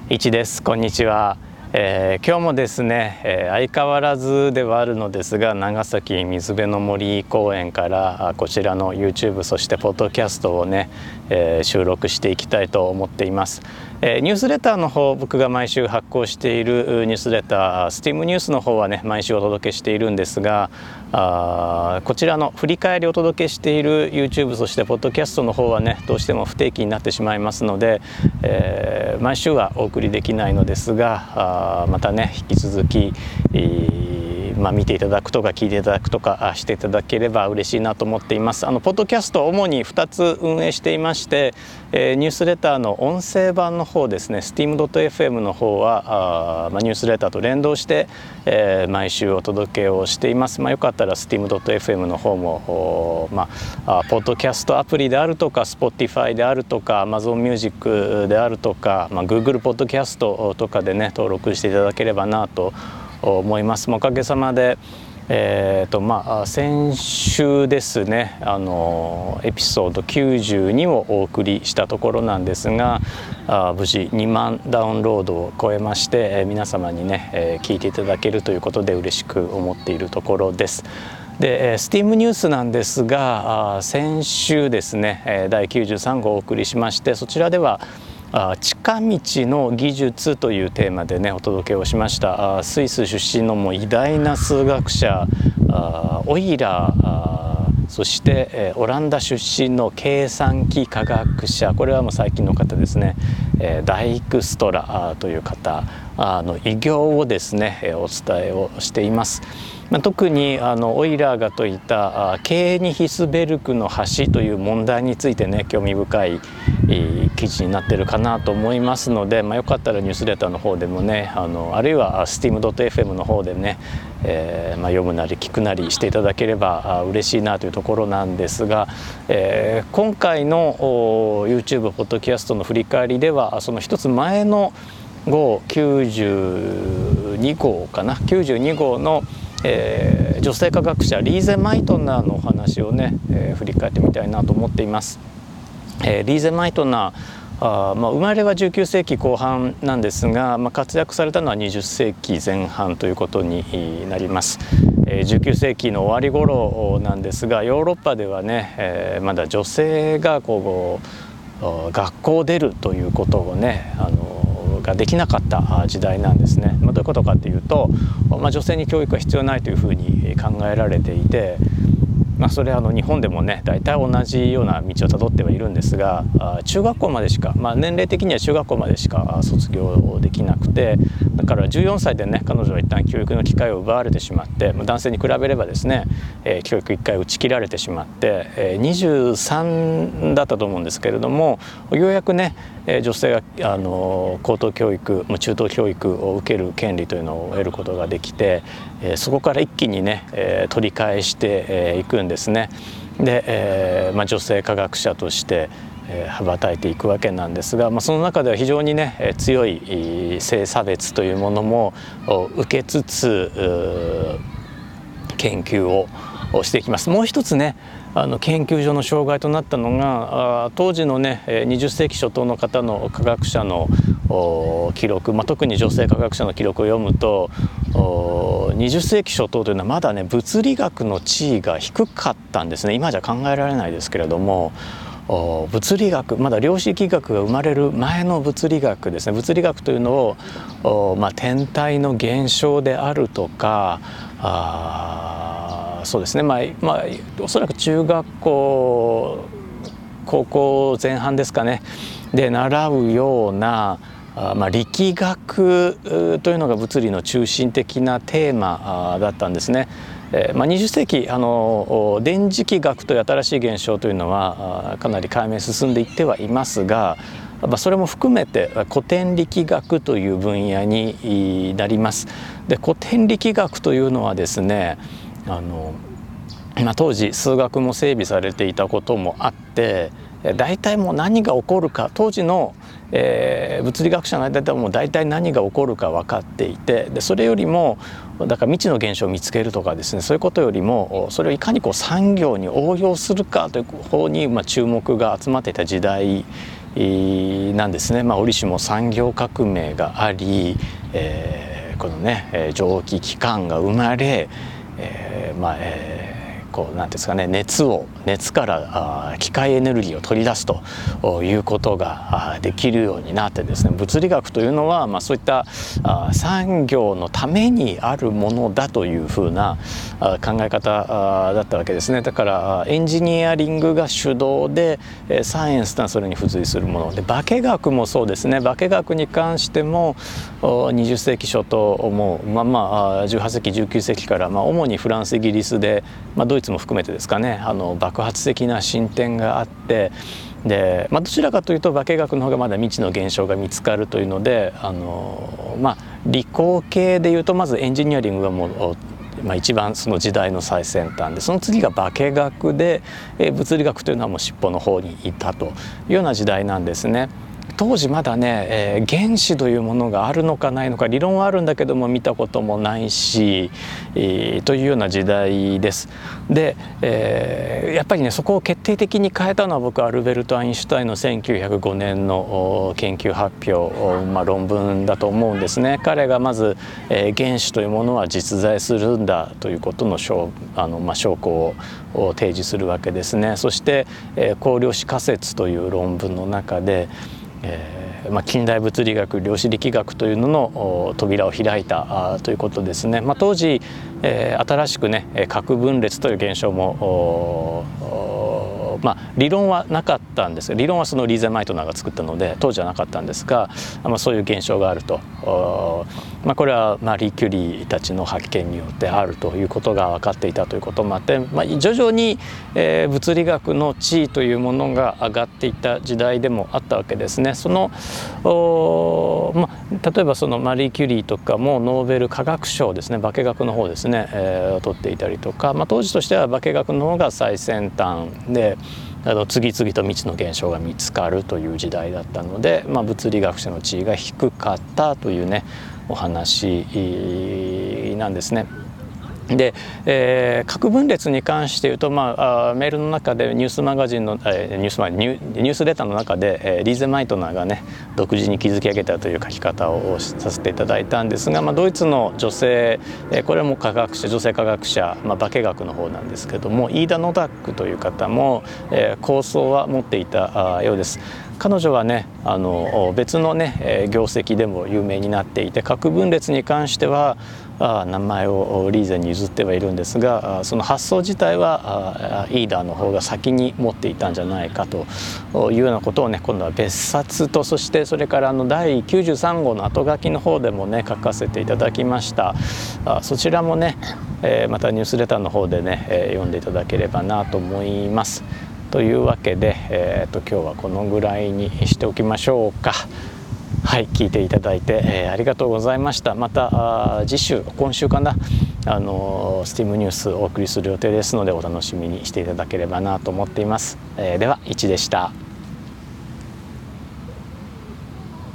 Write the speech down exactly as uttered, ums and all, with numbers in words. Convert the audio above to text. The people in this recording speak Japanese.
いちです。こんにちは。えー、今日もですね、えー、相変わらずではあるのですが、長崎水辺の森公園からこちらの YouTube そしてポッドキャストをね、えー、収録していきたいと思っています。えー、ニュースレターの方、僕が毎週発行しているニュースレター スティーム ニュースの方はね毎週お届けしているんですが、あこちらの振り返りをお届けしている YouTube そしてポッドキャストの方はねどうしても不定期になってしまいますので、えー、毎週はお送りできないのですが、あまたね引き続き、えーまあ、見ていただくとか聞いていただくとかしていただければ嬉しいなと思っています。あのポッドキャストを主にふたつ運営していまして、えー、ニュースレターの音声版の方ですね スティーム ドット エフエム の方はあ、まあ、ニュースレターと連動して、えー、毎週お届けをしています。まあ、よかったら スティーム ドット エフエム の方もまあ、ポッドキャストアプリであるとか Spotify であるとか Amazon Music であるとか、まあ、Google ポッドキャストとかでね登録していただければなと思います。おかげさまでえーとまあ、先週ですねあのエピソードきゅうじゅうにをお送りしたところなんですが、あ無事にまんダウンロードを超えまして、えー、皆様にね、えー、聞いていただけるということで嬉しく思っているところです。で スティーム ニュースなんですが、先週ですねだいきゅうじゅうさんごをお送りしまして、そちらでは近道の技術というテーマでねお届けをしました。スイス出身のもう偉大な数学者オイラー、そしてオランダ出身の計算機科学者、これはもう最近の方ですね、ダイクストラという方の偉業をですねお伝えをしています。特にあのオイラーが説いたケーニヒスベルクの橋という問題についてね興味深い記事になっているかなと思いますので、まあ、よかったらニュースレターの方でもねあのあるいは スティーム ドット エフエム の方でね、えーまあ、読むなり聞くなりしていただければ嬉しいなというところなんですが、えー、今回の YouTube ポッドキャストの振り返りではその一つ前の号きゅうじゅうに号かなきゅうじゅうに号のえー、女性科学者リーゼ・マイトナーのお話をね、えー、振り返ってみたいなと思っています。えー、リーゼ・マイトナーあ、まあ、生まれはじゅうきゅうせいきこう半なんですが、まあ、活躍されたのはにじゅっせいきぜん半ということになります。えー、じゅうきゅうせいきの終わり頃なんですが、ヨーロッパではね、えー、まだ女性がこう学校を出るということをねあのができなかった時代なんですね。まあ、どういうことかというと、まあ、女性に教育が必要ないというふうに考えられていて、まあ、それはあの日本でもね大体同じような道をたどってはいるんですが、中学校までしか、まあ、年齢的には中学校までしか卒業できなくて、だからじゅうよんさいでね彼女は一旦教育の機会を奪われてしまって、男性に比べればですね、えー、教育一回打ち切られてしまって、えー、にじゅうさんだったと思うんですけれども、ようやくね女性があの高等教育中等教育を受ける権利というのを得ることができて、えー、そこから一気にね、えー、取り返していくんですね。で、えーまあ、女性科学者としてえー、羽ばたいていくわけなんですが、まあ、その中では非常にね、えー、強い性差別というものも受けつつ研究をしていきます。もう一つねあの研究所の障害となったのが、当時のねにじゅっせいき初頭の方の科学者の記録、まあ、特に女性科学者の記録を読むと、にじゅっせいき初頭というのはまだね物理学の地位が低かったんですね。今じゃ考えられないですけれども、物理学、まだ量子力学が生まれる前の物理学ですね。物理学というのを、まあ、天体の現象であるとか、あそうですね、まあまあ、おそらく中学校高校前半ですかねで習うようなあ、まあ、力学というのが物理の中心的なテーマだったんですね。えーまあ、にじゅっせいきあの電磁気学という新しい現象というのはかなり解明進んでいってはいますが、まあ、それも含めて古典力学という分野になります。で古典力学というのはですねあの、まあ、当時数学も整備されていたこともあって大体もう何が起こるか当時の、えー、物理学者の間ではもう大体何が起こるか分かっていて、でそれよりもだから未知の現象を見つけるとかですね、そういうことよりもそれをいかにこう産業に応用するかという方に、まあ、注目が集まっていた時代なんですね。まあ、折しも産業革命があり、えー、このね蒸気機関が生まれ、えー、まあ、えーこうなんですかね、熱を熱から機械エネルギーを取り出すということができるようになってですね、物理学というのは、まあ、そういった産業のためにあるものだというふうな考え方だったわけですね。だからエンジニアリングが主導で、サイエンスとはそれに付随するもので、化学もそうですね。化学に関してもにじゅっ世紀初頭もうまあまあじゅうはち世紀じゅうきゅう世紀から、まあ、主にフランスイギリスで、まあ、ドイツも含めてですかね、あの爆発的な進展があって、で、まあ、どちらかというと化学の方がまだ未知の現象が見つかるというので、あの、まあ、理工系でいうとまずエンジニアリングがもうまあ、一番その時代の最先端で、その次が化学で、え物理学というのはもう尻尾の方にいたというような時代なんですね。当時まだね、えー、原子というものがあるのかないのか、理論はあるんだけども見たこともないし、えー、というような時代です。で、えー、やっぱりねそこを決定的に変えたのは僕アルベルト・アインシュタインのせんきゅうひゃくごねんの研究発表、まあ、論文だと思うんですね。彼がまず、えー、原子というものは実在するんだということの証、あの、まあ、証拠を提示するわけですね。そして、えー、光量子仮説という論文の中でえーまあ、近代物理学量子力学というのの扉を開いたということですね。まあ、当時、えー、新しくね核分裂という現象もまあ、理論はなかったんですが、理論はそのリーゼマイトナーが作ったので当時はなかったんですが、まあ、そういう現象があると、まあ、これはマリー・キュリーたちの発見によってあるということが分かっていたということもあって、まあ、徐々に、えー、物理学の地位というものが上がっていった時代でもあったわけですね。その、まあ、例えばそのマリー・キュリーとかもノーベル化学賞ですね、化学の方ですね、えー、取っていたりとか、まあ、当時としては化学の方が最先端で、あの次々と未知の現象が見つかるという時代だったので、まあ、物理学者の地位が低かったというねお話なんですね。で、えー、核分裂に関して言うと、まあ、あメールの中でニュースマガジンの、えー、ニュースマニュニュースレターの中で、えー、リーゼマイトナーがね独自に築き上げたという書き方をさせていただいたんですが、まあ、ドイツの女性、えー、これも科学者女性科学者、まあ、化学の方なんですけども、イーダ・ノダックという方も、えー、構想は持っていたようです。彼女はねあの別のね業績でも有名になっていて、核分裂に関してはあ名前をリーゼに譲ってはいるんですが、その発想自体はイーダーの方が先に持っていたんじゃないかというようなことをね今度は別冊と、そしてそれからあのだいきゅうじゅうさん号の後書きの方でもね書かせていただきました。あそちらもね、えー、またニュースレターの方でね、えー、読んでいただければなと思います。というわけで、えー、と今日はこのぐらいにしておきましょうか。はい、聞いていただいて、えー、ありがとうございました。また次週今週かなあのスティームニュースをお送りする予定ですのでお楽しみにしていただければなと思っています。えー、ではいちでした。